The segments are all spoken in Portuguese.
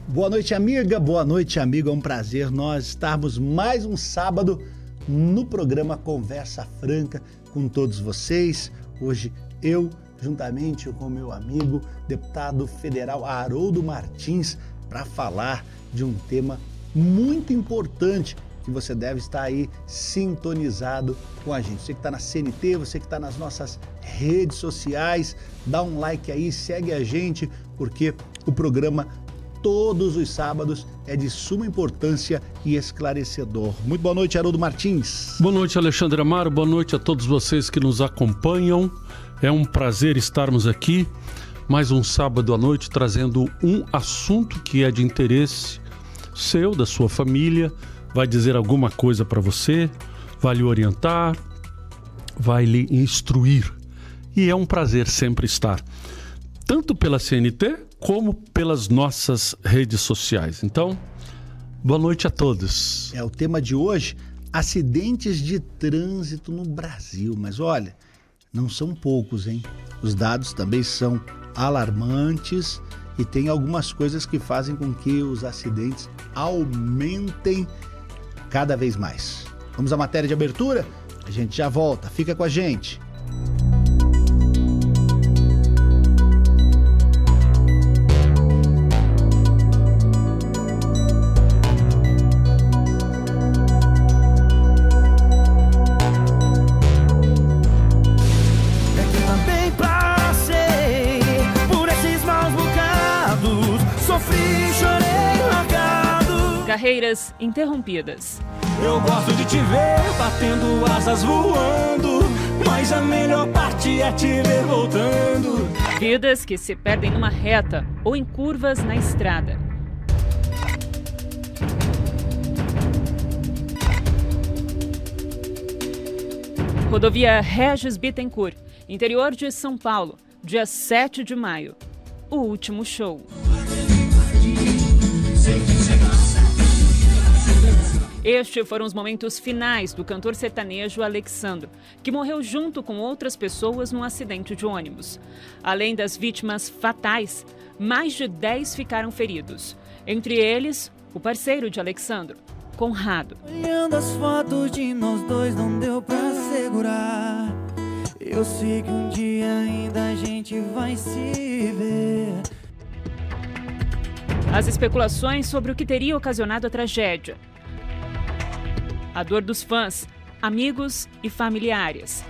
Boa noite, amiga. Boa noite, amigo. É um prazer nós estarmos mais um sábado no programa Conversa Franca com todos vocês. Hoje eu, juntamente com meu amigo, deputado federal Haroldo Martins, para falar de um tema muito importante que você deve estar aí sintonizado com a gente. Você que está na CNT, você que está nas nossas redes sociais, dá um like aí, segue a gente, porque o programa todos os sábados é de suma importância e esclarecedor. Muito boa noite, Haroldo Martins. Boa noite, Alexandre Amaro. Boa noite a todos vocês que nos acompanham. É um prazer estarmos aqui mais um sábado à noite trazendo um assunto que é de interesse seu, da sua família, vai dizer alguma coisa para você, vai lhe orientar, vai lhe instruir. E é um prazer sempre estar, tanto pela CNT como pelas nossas redes sociais. Então, boa noite a todos. O tema de hoje, acidentes de trânsito no Brasil. Mas olha, não são poucos, hein? Os dados também são alarmantes e tem algumas coisas que fazem com que os acidentes aumentem cada vez mais. Vamos à matéria de abertura? A gente já volta. Fica com a gente. Carreiras interrompidas. Eu gosto de te ver batendo asas voando, mas a melhor parte é te ver voltando. Vidas que se perdem numa reta ou em curvas na estrada. Rodovia Regis Bittencourt, interior de São Paulo, dia 7 de maio. O último show. Estes foram os momentos finais do cantor sertanejo Alexandro, que morreu junto com outras pessoas num acidente de ônibus. Além das vítimas fatais, mais de 10 ficaram feridos. Entre eles, o parceiro de Alexandro, Conrado. Olhando as fotos de nós dois, não deu pra segurar. Eu sei que um dia ainda a gente vai se ver. As especulações sobre o que teria ocasionado a tragédia. A dor dos fãs, amigos e familiares.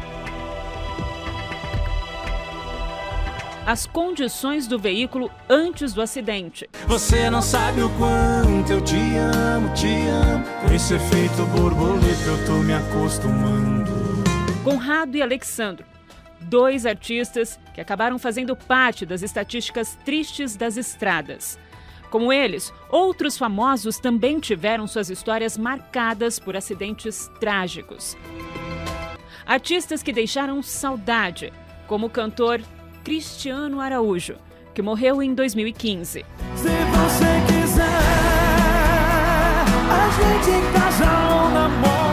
As condições do veículo antes do acidente. Você não sabe o quanto eu te amo, te amo. Com esse efeito borboleta eu tô me acostumando. Conrado e Alexandro, dois artistas que acabaram fazendo parte das estatísticas tristes das estradas. Como eles, outros famosos também tiveram suas histórias marcadas por acidentes trágicos. Artistas que deixaram saudade, como o cantor Cristiano Araújo, que morreu em 2015. Se você quiser, a gente casal namora.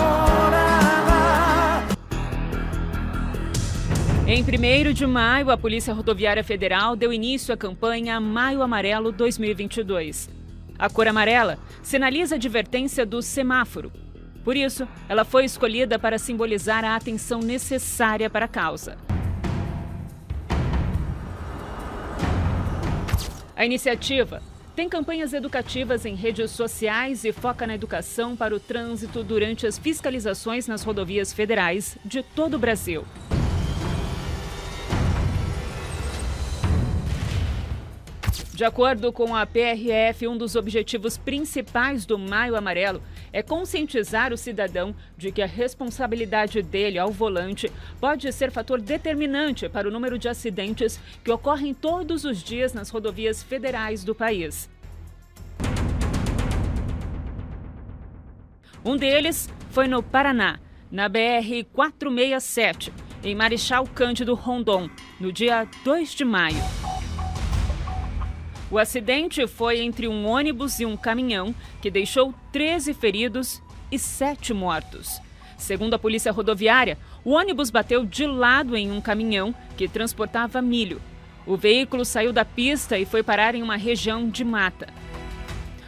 Em 1º de maio, a Polícia Rodoviária Federal deu início à campanha Maio Amarelo 2022. A cor amarela sinaliza a advertência do semáforo. Por isso, ela foi escolhida para simbolizar a atenção necessária para a causa. A iniciativa tem campanhas educativas em redes sociais e foca na educação para o trânsito durante as fiscalizações nas rodovias federais de todo o Brasil. De acordo com a PRF, um dos objetivos principais do Maio Amarelo é conscientizar o cidadão de que a responsabilidade dele ao volante pode ser fator determinante para o número de acidentes que ocorrem todos os dias nas rodovias federais do país. Um deles foi no Paraná, na BR-467, em Marechal Cândido Rondon, no dia 2 de maio. O acidente foi entre um ônibus e um caminhão, que deixou 13 feridos e 7 mortos. Segundo a Polícia Rodoviária, o ônibus bateu de lado em um caminhão que transportava milho. O veículo saiu da pista e foi parar em uma região de mata.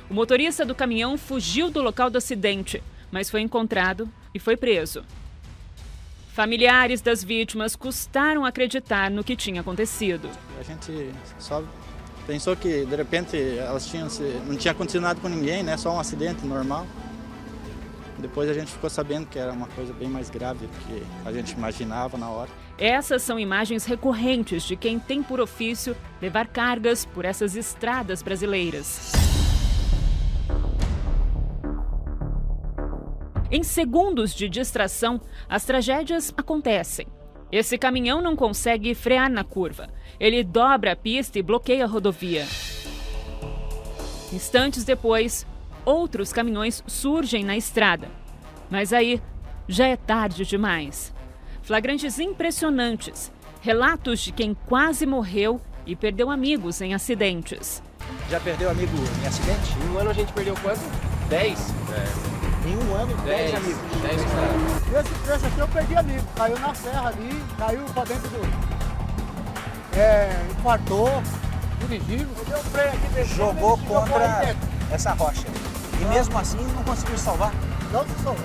O motorista do caminhão fugiu do local do acidente, mas foi encontrado e foi preso. Familiares das vítimas custaram acreditar no que tinha acontecido. A gente só pensou que, de repente, não tinha acontecido nada com ninguém, né? Só um acidente normal. Depois a gente ficou sabendo que era uma coisa bem mais grave do que a gente imaginava na hora. Essas são imagens recorrentes de quem tem por ofício levar cargas por essas estradas brasileiras. Em segundos de distração, as tragédias acontecem. Esse caminhão não consegue frear na curva. Ele dobra a pista e bloqueia a rodovia. Instantes depois, outros caminhões surgem na estrada. Mas aí, já é tarde demais. Flagrantes impressionantes. Relatos de quem quase morreu e perdeu amigos em acidentes. Já perdeu amigo em acidente? Em um ano a gente perdeu quanto? 10? Em um ano, 10 amigos. 10 estradas. Esse aqui eu perdi amigo. Caiu na serra ali, caiu pra dentro do... infartou, dirigiu. Eu dei um freio aqui, Jogou contra essa rocha. E mesmo assim não conseguiu salvar? Não se salvou.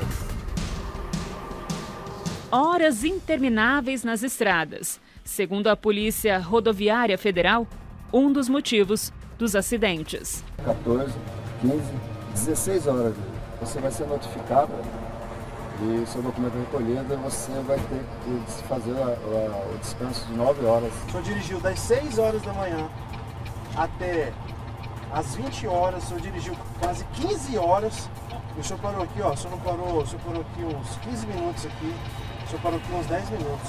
Horas intermináveis nas estradas. Segundo a Polícia Rodoviária Federal, um dos motivos dos acidentes. 14, 15, 16 horas. Você vai ser notificado e seu documento recolhido, você vai ter que fazer o descanso de 9 horas. O senhor dirigiu das 6 horas da manhã até as 20 horas, o senhor dirigiu quase 15 horas. E o senhor parou aqui, ó, o senhor parou aqui uns 15 minutos aqui, o senhor parou aqui uns 10 minutos.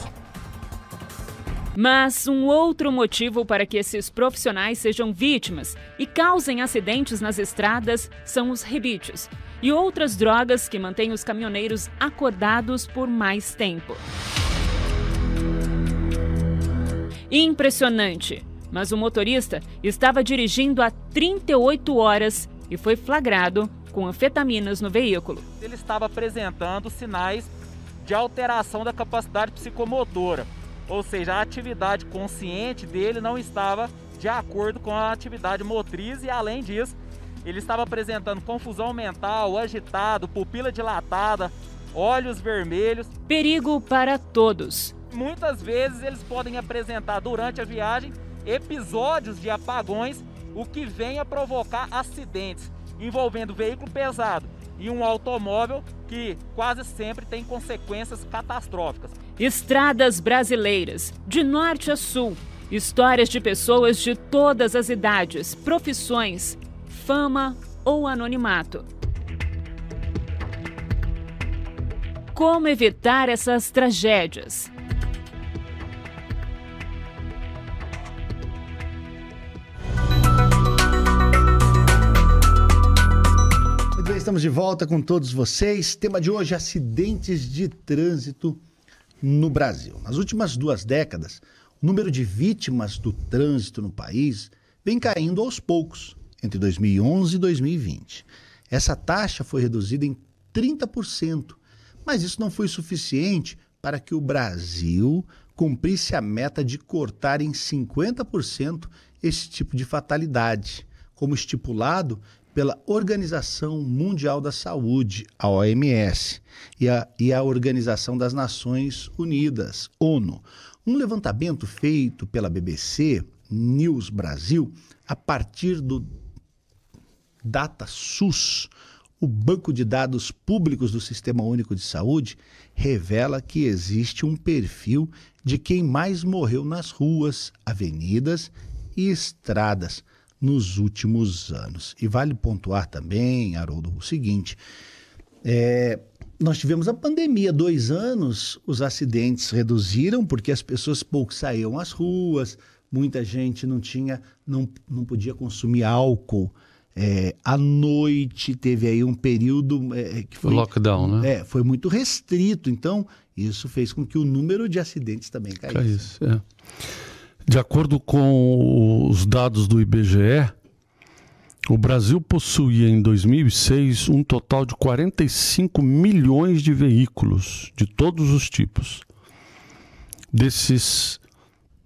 Mas um outro motivo para que esses profissionais sejam vítimas e causem acidentes nas estradas são os rebites e outras drogas que mantêm os caminhoneiros acordados por mais tempo. Impressionante, mas o motorista estava dirigindo há 38 horas e foi flagrado com anfetaminas no veículo. Ele estava apresentando sinais de alteração da capacidade psicomotora, ou seja, a atividade consciente dele não estava de acordo com a atividade motriz e, além disso, ele estava apresentando confusão mental, agitado, pupila dilatada, olhos vermelhos. Perigo para todos. Muitas vezes eles podem apresentar durante a viagem episódios de apagões, o que vem a provocar acidentes envolvendo veículo pesado e um automóvel que quase sempre tem consequências catastróficas. Estradas brasileiras, de norte a sul, histórias de pessoas de todas as idades, profissões, fama ou anonimato. Como evitar essas tragédias? Muito bem, estamos de volta com todos vocês. Tema de hoje: acidentes de trânsito no Brasil. Nas últimas 2 décadas, o número de vítimas do trânsito no país vem caindo aos poucos, entre 2011 e 2020. Essa taxa foi reduzida em 30%, mas isso não foi suficiente para que o Brasil cumprisse a meta de cortar em 50% esse tipo de fatalidade, como estipulado pela Organização Mundial da Saúde, a OMS, e a Organização das Nações Unidas, ONU. Um levantamento feito pela BBC News Brasil, a partir do DataSUS, o Banco de Dados Públicos do Sistema Único de Saúde, revela que existe um perfil de quem mais morreu nas ruas, avenidas e estradas nos últimos anos. E vale pontuar também, Haroldo, o seguinte: nós tivemos a pandemia, 2 anos, os acidentes reduziram porque as pessoas pouco saíam às ruas, muita gente não podia consumir álcool. À noite teve aí um período que foi lockdown, né? Foi muito restrito, então isso fez com que o número de acidentes também caísse. De acordo com os dados do IBGE, o Brasil possuía em 2006 um total de 45 milhões de veículos de todos os tipos. Desse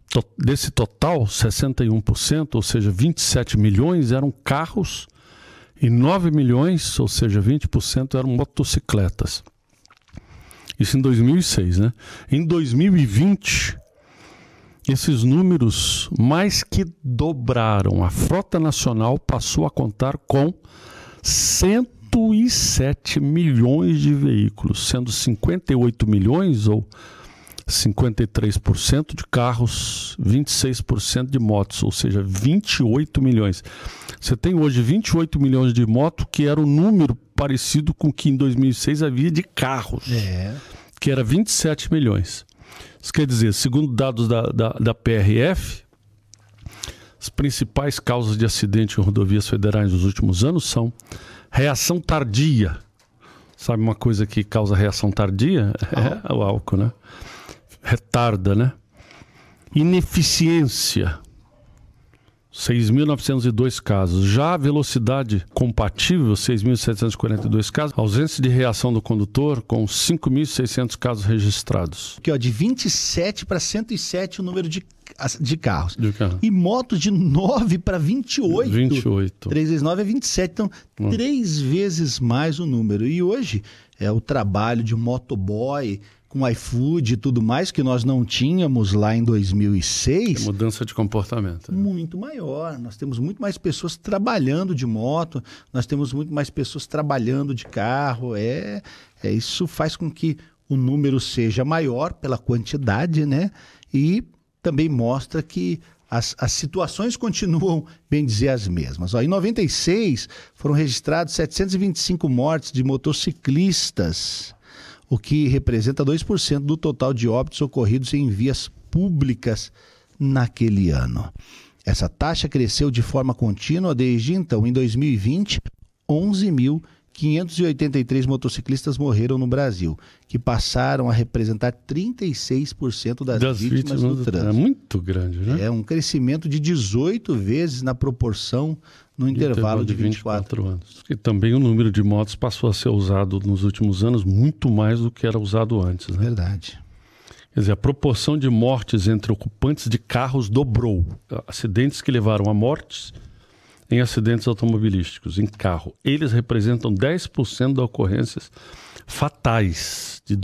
total, 61%, ou seja, 27 milhões, eram carros E 9 milhões, ou seja, 20% eram motocicletas. Isso em 2006, né? Em 2020, esses números mais que dobraram. A frota nacional passou a contar com 107 milhões de veículos, sendo 58 milhões ou 53% de carros, 26% de motos, ou seja, 28 milhões. Você tem hoje 28 milhões de motos, que era um número parecido com o que em 2006 havia de carros, que era 27 milhões. Isso quer dizer, segundo dados da PRF, as principais causas de acidente em rodovias federais nos últimos anos são reação tardia. Sabe uma coisa que causa reação tardia? É o álcool, né? Retarda, né? Ineficiência, 6.902 casos. Já a velocidade compatível, 6.742 casos. Ausência de reação do condutor, com 5.600 casos registrados. Aqui, ó, de 27 para 107 o número de carros. E motos de 9 para 28. 28. 3 vezes 9 é 27. Então, 3 vezes mais o número. E hoje é o trabalho de motoboy com iFood e tudo mais, que nós não tínhamos lá em 2006. É mudança de comportamento. Muito maior. Nós temos muito mais pessoas trabalhando de moto, nós temos muito mais pessoas trabalhando de carro. Isso faz com que o número seja maior pela quantidade, né? E também mostra que as situações continuam, bem dizer, as mesmas. Em 96, foram registrados 725 mortes de motociclistas, o que representa 2% do total de óbitos ocorridos em vias públicas naquele ano. Essa taxa cresceu de forma contínua desde então. Em 2020, 11.583 motociclistas morreram no Brasil, que passaram a representar 36% das vítimas do trânsito. É muito grande, né? É um crescimento de 18 vezes na proporção no intervalo de 24 anos. E também o número de motos passou a ser usado nos últimos anos muito mais do que era usado antes, né? Verdade. Quer dizer, a proporção de mortes entre ocupantes de carros dobrou. Acidentes que levaram a mortes em acidentes automobilísticos, em carro. Eles representam 10% das ocorrências fatais de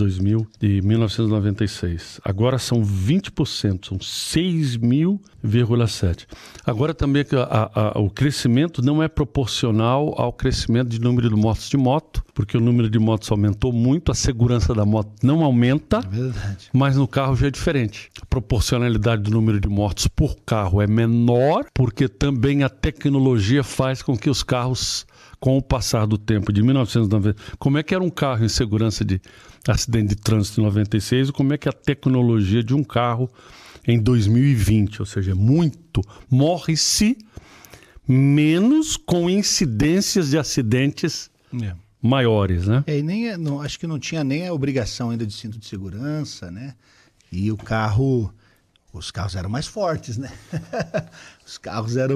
1996. Agora são 20%, são 6.000,7. Agora também o crescimento não é proporcional ao crescimento de número de mortes de moto, porque o número de motos aumentou muito, a segurança da moto não aumenta, mas no carro já é diferente. A proporcionalidade do número de mortes por carro é menor, porque também a tecnologia faz com que os carros, com o passar do tempo, de 1990, como é que era um carro em segurança de acidente de trânsito em 96 e como é que é a tecnologia de um carro em 2020, ou seja, morre-se menos com incidências de acidentes maiores, né? E acho que não tinha nem a obrigação ainda de cinto de segurança, né? E os carros eram mais fortes, né? Os carros eram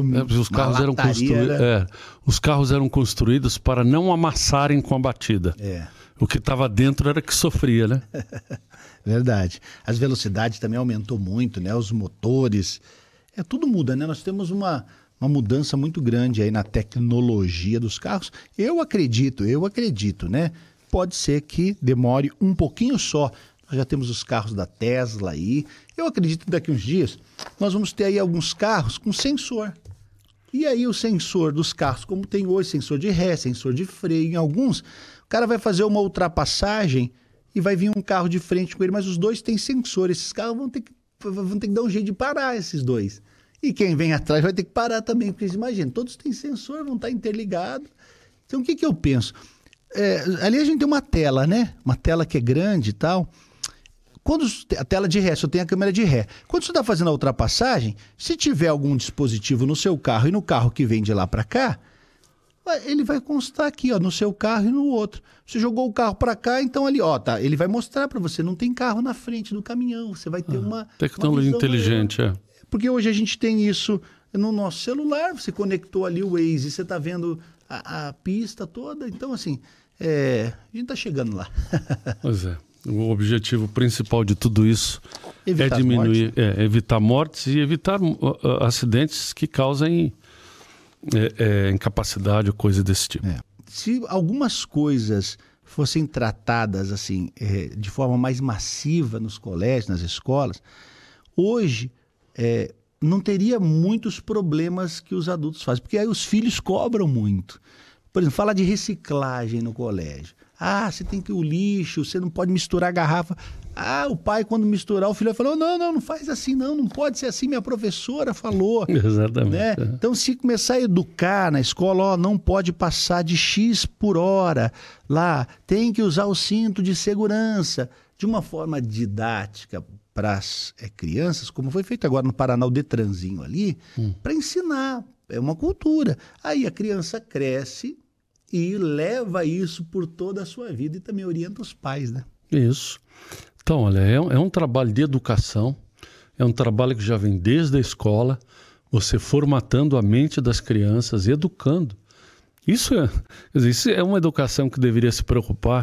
os carros eram construídos para não amassarem com a batida. O que estava dentro era que sofria, né? Verdade. As velocidades também aumentou muito, né? Os motores, tudo muda, né? Nós temos uma mudança muito grande aí na tecnologia dos carros. Eu acredito, né? Pode ser que demore um pouquinho só. Nós já temos os carros da Tesla aí. Eu acredito que daqui uns dias nós vamos ter aí alguns carros com sensor. E aí o sensor dos carros, como tem hoje, sensor de ré, sensor de freio, em alguns, o cara vai fazer uma ultrapassagem e vai vir um carro de frente com ele, mas os dois têm sensor. Esses carros vão ter que dar um jeito de parar, esses dois. E quem vem atrás vai ter que parar também, porque imagina, todos têm sensor, vão estar interligados. Então o que eu penso? Ali a gente tem uma tela, né? Uma tela que é grande e tal. A tela de ré, só tem a câmera de ré. Quando você está fazendo a ultrapassagem, se tiver algum dispositivo no seu carro e no carro que vem de lá para cá, ele vai constar aqui, no seu carro e no outro. Você jogou o carro para cá, então ali, ele vai mostrar para você, não tem carro na frente do caminhão, você vai ter uma tecnologia inteligente, Porque hoje a gente tem isso no nosso celular, você conectou ali o Waze, você está vendo a pista toda, então assim, a gente está chegando lá. Pois é. O objetivo principal de tudo isso evitar evitar mortes e evitar acidentes que causem incapacidade ou coisa desse tipo. Se algumas coisas fossem tratadas assim, de forma mais massiva nos colégios, nas escolas, hoje não teria muitos problemas que os adultos fazem, porque aí os filhos cobram muito. Por exemplo, fala de reciclagem no colégio. Você tem que ir o lixo, você não pode misturar garrafa. O pai, quando misturar, o filho falou, não faz assim, não pode ser assim, minha professora falou. Exatamente. Né? Então, se começar a educar na escola, não pode passar de X por hora, lá, tem que usar o cinto de segurança, de uma forma didática para as crianças, como foi feito agora no Paraná, o Detranzinho ali, para ensinar, é uma cultura. Aí a criança cresce e leva isso por toda a sua vida e também orienta os pais, né? Isso. Então, olha, é um trabalho de educação, é um trabalho que já vem desde a escola, você formatando a mente das crianças, educando. Isso é uma educação que deveria se preocupar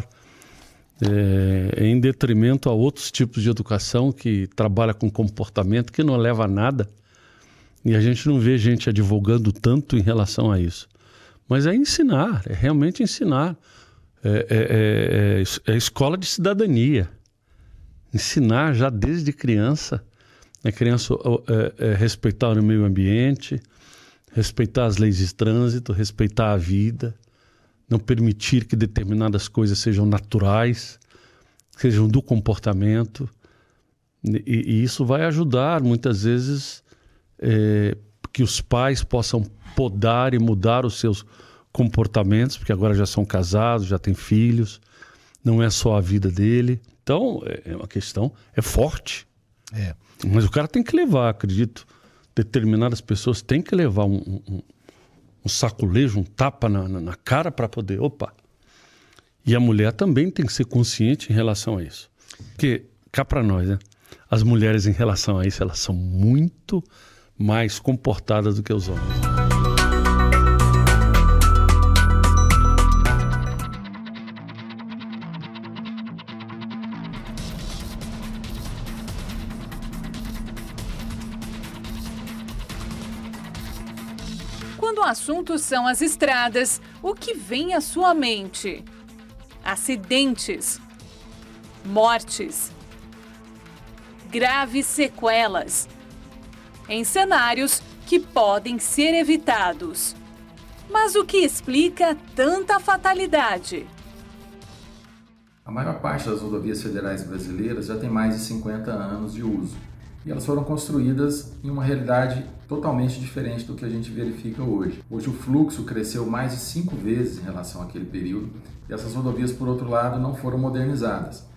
em detrimento a outros tipos de educação que trabalha com comportamento que não leva a nada. E a gente não vê gente advogando tanto em relação a isso. Mas é ensinar, é realmente ensinar. É escola de cidadania. Ensinar já desde criança, a criança respeitar o meio ambiente, respeitar as leis de trânsito, respeitar a vida, não permitir que determinadas coisas sejam naturais, sejam do comportamento. E isso vai ajudar, muitas vezes, que os pais possam podar e mudar os seus comportamentos, porque agora já são casados, já têm filhos, não é só a vida dele. Então, é uma questão, é forte. Mas o cara tem que levar, acredito, determinadas pessoas têm que levar um saculejo, um tapa na cara para poder, E a mulher também tem que ser consciente em relação a isso. Porque, cá para nós, né? As mulheres em relação a isso, elas são muito mais comportadas do que os homens. Quando o assunto são as estradas, o que vem à sua mente? Acidentes, mortes, graves sequelas, em cenários que podem ser evitados. Mas o que explica tanta fatalidade? A maior parte das rodovias federais brasileiras já tem mais de 50 anos de uso. E elas foram construídas em uma realidade totalmente diferente do que a gente verifica hoje. Hoje o fluxo cresceu mais de 5 vezes em relação àquele período e essas rodovias, por outro lado, não foram modernizadas.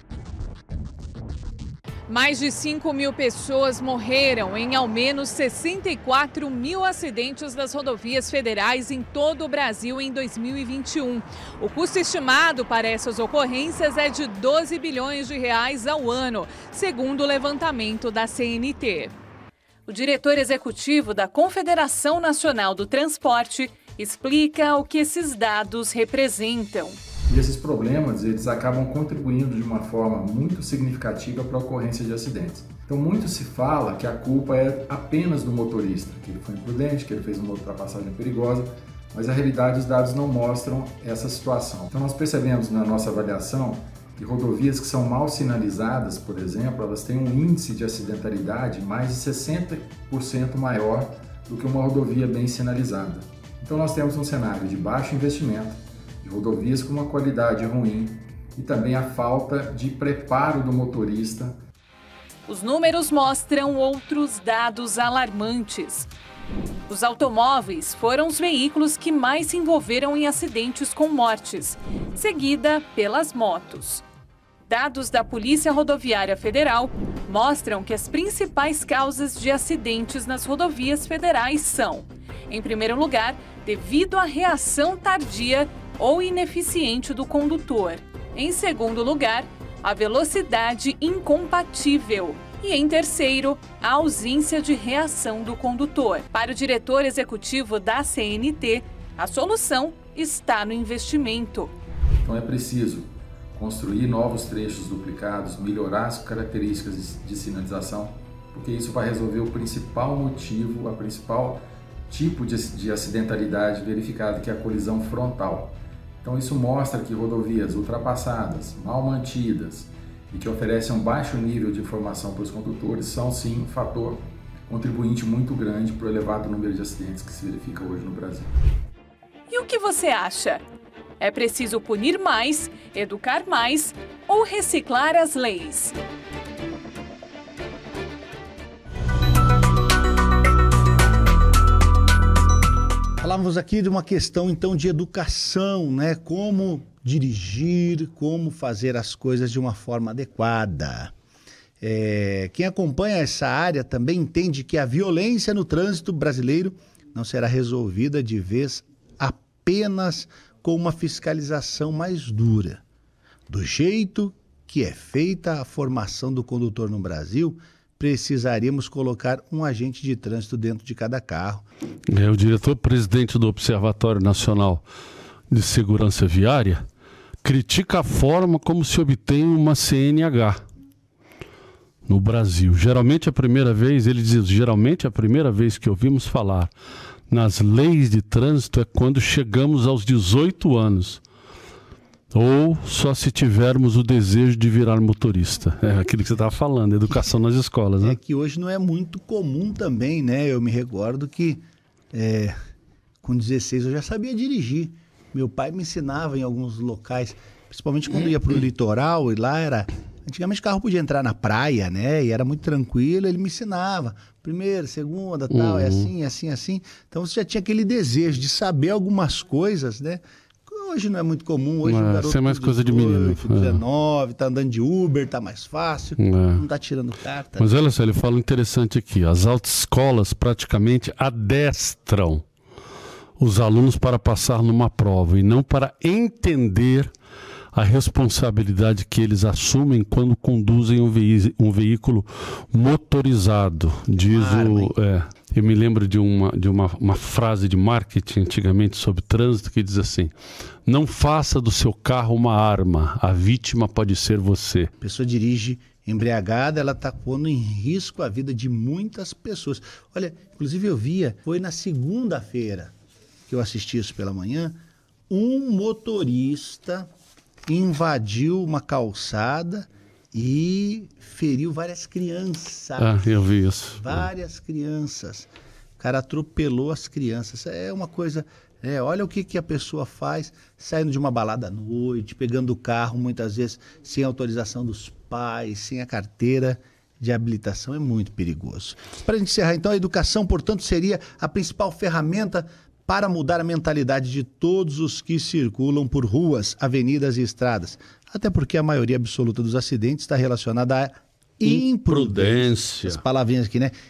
Mais de 5.000 pessoas morreram em ao menos 64 mil acidentes das rodovias federais em todo o Brasil em 2021. O custo estimado para essas ocorrências é de 12 bilhões de reais ao ano, segundo o levantamento da CNT. O diretor executivo da Confederação Nacional do Transporte explica o que esses dados representam. E esses problemas, eles acabam contribuindo de uma forma muito significativa para a ocorrência de acidentes. Então, muito se fala que a culpa é apenas do motorista, que ele foi imprudente, que ele fez uma ultrapassagem perigosa, mas a realidade, os dados não mostram essa situação. Então, nós percebemos na nossa avaliação que rodovias que são mal sinalizadas, por exemplo, elas têm um índice de acidentalidade mais de 60% maior do que uma rodovia bem sinalizada. Então, nós temos um cenário de baixo investimento, de rodovias com uma qualidade ruim e também a falta de preparo do motorista. Os números mostram outros dados alarmantes. Os automóveis foram os veículos que mais se envolveram em acidentes com mortes, seguida pelas motos. Dados da Polícia Rodoviária Federal mostram que as principais causas de acidentes nas rodovias federais são, em primeiro lugar, devido à reação tardia ou ineficiente do condutor. Em segundo lugar, a velocidade incompatível. E em terceiro, a ausência de reação do condutor. Para o diretor executivo da CNT, a solução está no investimento. Então é preciso construir novos trechos duplicados, melhorar as características de sinalização, porque isso vai resolver o principal motivo, a principal tipo de acidentalidade verificada, que é a colisão frontal. Então isso mostra que rodovias ultrapassadas, mal mantidas e que oferecem um baixo nível de informação para os condutores são sim um fator contribuinte muito grande para o elevado número de acidentes que se verifica hoje no Brasil. E o que você acha? É preciso punir mais, educar mais ou reciclar as leis? Falávamos aqui de uma questão, então, de educação, né? Como dirigir, como fazer as coisas de uma forma adequada. Quem acompanha essa área também entende que a violência no trânsito brasileiro não será resolvida de vez apenas com uma fiscalização mais dura. Do jeito que é feita a formação do condutor no Brasil, precisaríamos colocar um agente de trânsito dentro de cada carro. O diretor-presidente do Observatório Nacional de Segurança Viária critica a forma como se obtém uma CNH no Brasil. Geralmente a primeira vez, ele diz, geralmente a primeira vez que ouvimos falar nas leis de trânsito é quando chegamos aos 18 anos. Ou só se tivermos o desejo de virar motorista. É aquilo que você estava falando, educação nas escolas, né? É que hoje não é muito comum também, né? Eu me recordo que com 16 eu já sabia dirigir. Meu pai me ensinava em alguns locais, principalmente quando ia para o litoral, e lá era... Antigamente o carro podia entrar na praia, né? E era muito tranquilo, ele me ensinava. Primeira, segunda, tal, é assim, assim, assim. Então você já tinha aquele desejo de saber algumas coisas, né? Hoje não é muito comum, hoje o garoto isso é mais coisa de menino. 19, tá andando de Uber, tá mais fácil, não tá tirando carta. Mas olha só, ele fala interessante aqui, as autoescolas praticamente adestram os alunos para passar numa prova e não para entender a responsabilidade que eles assumem quando conduzem um veículo motorizado. Diz eu me lembro de uma frase de marketing antigamente sobre trânsito que diz assim: não faça do seu carro uma arma, a vítima pode ser você. A pessoa dirige embriagada, ela está pondo em risco a vida de muitas pessoas. Olha, inclusive foi na segunda-feira que eu assisti isso pela manhã, um motorista invadiu uma calçada e feriu várias crianças. Eu vi isso. Várias crianças. O cara atropelou as crianças. É uma coisa... olha o que a pessoa faz saindo de uma balada à noite, pegando o carro, muitas vezes sem autorização dos pais, sem a carteira de habilitação. É muito perigoso. Para a gente encerrar, então, a educação, portanto, seria a principal ferramenta para mudar a mentalidade de todos os que circulam por ruas, avenidas e estradas. Até porque a maioria absoluta dos acidentes está relacionada à imprudência. As palavrinhas aqui, né?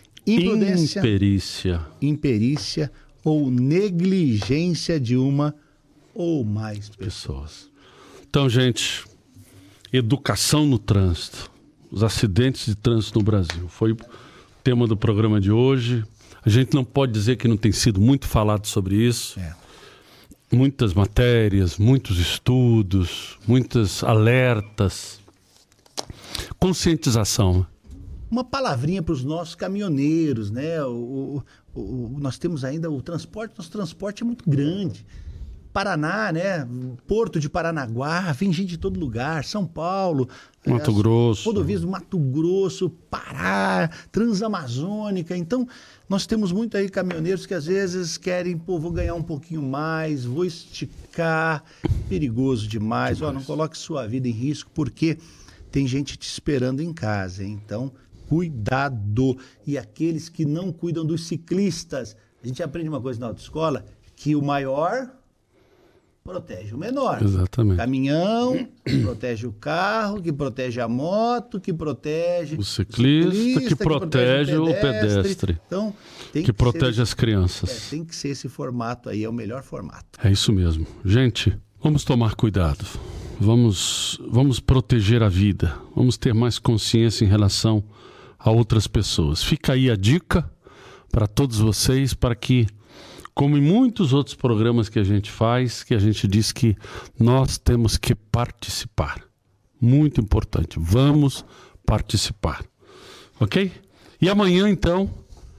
Imperícia ou negligência de uma ou mais pessoas. Então, gente, educação no trânsito. Os acidentes de trânsito no Brasil. Foi o tema do programa de hoje. A gente não pode dizer que não tem sido muito falado sobre isso. Muitas matérias, muitos estudos, muitos alertas. Conscientização. Uma palavrinha para os nossos caminhoneiros, né? Nós temos ainda o transporte, nosso transporte é muito grande. Paraná, né? Porto de Paranaguá, vem gente de todo lugar, São Paulo, Mato Grosso, rodovias do Mato Grosso, Pará, Transamazônica. Então, nós temos muito aí caminhoneiros que às vezes querem, vou ganhar um pouquinho mais, vou esticar, perigoso demais. Não coloque sua vida em risco, porque tem gente te esperando em casa, hein? Então, cuidado. E aqueles que não cuidam dos ciclistas, a gente aprende uma coisa na autoescola, que o maior protege o menor. Exatamente. Caminhão protege o carro, que protege a moto, que protege o ciclista, que protege o pedestre. Então, que protege as crianças. Tem que ser esse formato aí, é o melhor formato. É isso mesmo. Gente, vamos tomar cuidado. Vamos proteger a vida. Vamos ter mais consciência em relação a outras pessoas. Fica aí a dica para todos vocês, para que, como em muitos outros programas que a gente faz, que a gente diz que nós temos que participar. Muito importante. Vamos participar. Ok? E amanhã, então,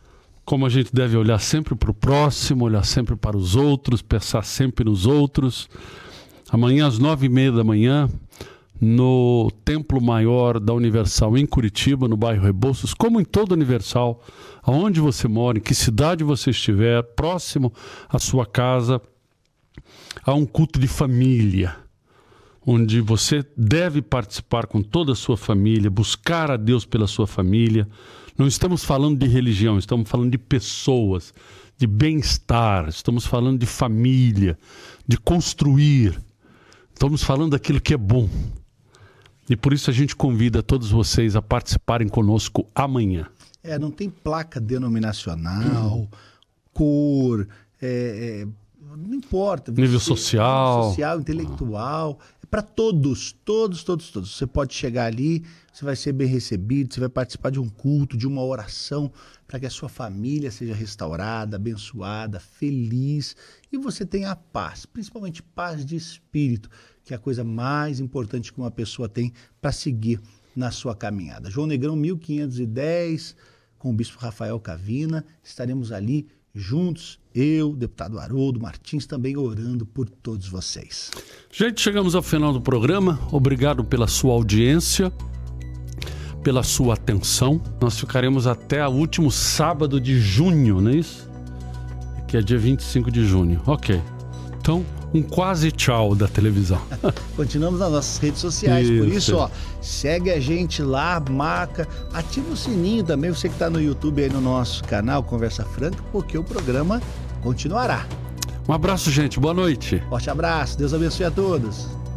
como a gente deve olhar sempre para o próximo, olhar sempre para os outros, pensar sempre nos outros. Amanhã às 9h30 da manhã, no Templo Maior da Universal em Curitiba, no bairro Rebouças, como em todo Universal, aonde você mora, em que cidade você estiver, próximo à sua casa, há um culto de família, onde você deve participar com toda a sua família, buscar a Deus pela sua família. Não estamos falando de religião, estamos falando de pessoas, de bem-estar, estamos falando de família, de construir. Estamos falando daquilo que é bom. E por isso a gente convida todos vocês a participarem conosco amanhã. Não tem placa denominacional, cor, não importa. Nível social. Intelectual. É para todos. Você pode chegar ali, você vai ser bem recebido, você vai participar de um culto, de uma oração, para que a sua família seja restaurada, abençoada, feliz e você tenha paz, principalmente paz de espírito, que é a coisa mais importante que uma pessoa tem para seguir na sua caminhada. João Negrão 1510, com o Bispo Rafael Cavina, estaremos ali juntos, eu, deputado Haroldo Martins, também orando por todos vocês. Gente, chegamos ao final do programa. Obrigado pela sua audiência, pela sua atenção. Nós ficaremos até o último sábado de junho, não é isso? Que é dia 25 de junho. Ok. Então, um quase tchau da televisão. Continuamos nas nossas redes sociais, por isso, segue a gente lá, marca, ativa o sininho também, você que está no YouTube aí no nosso canal Conversa Franca, porque o programa continuará. Um abraço, gente, boa noite. Forte abraço, Deus abençoe a todos.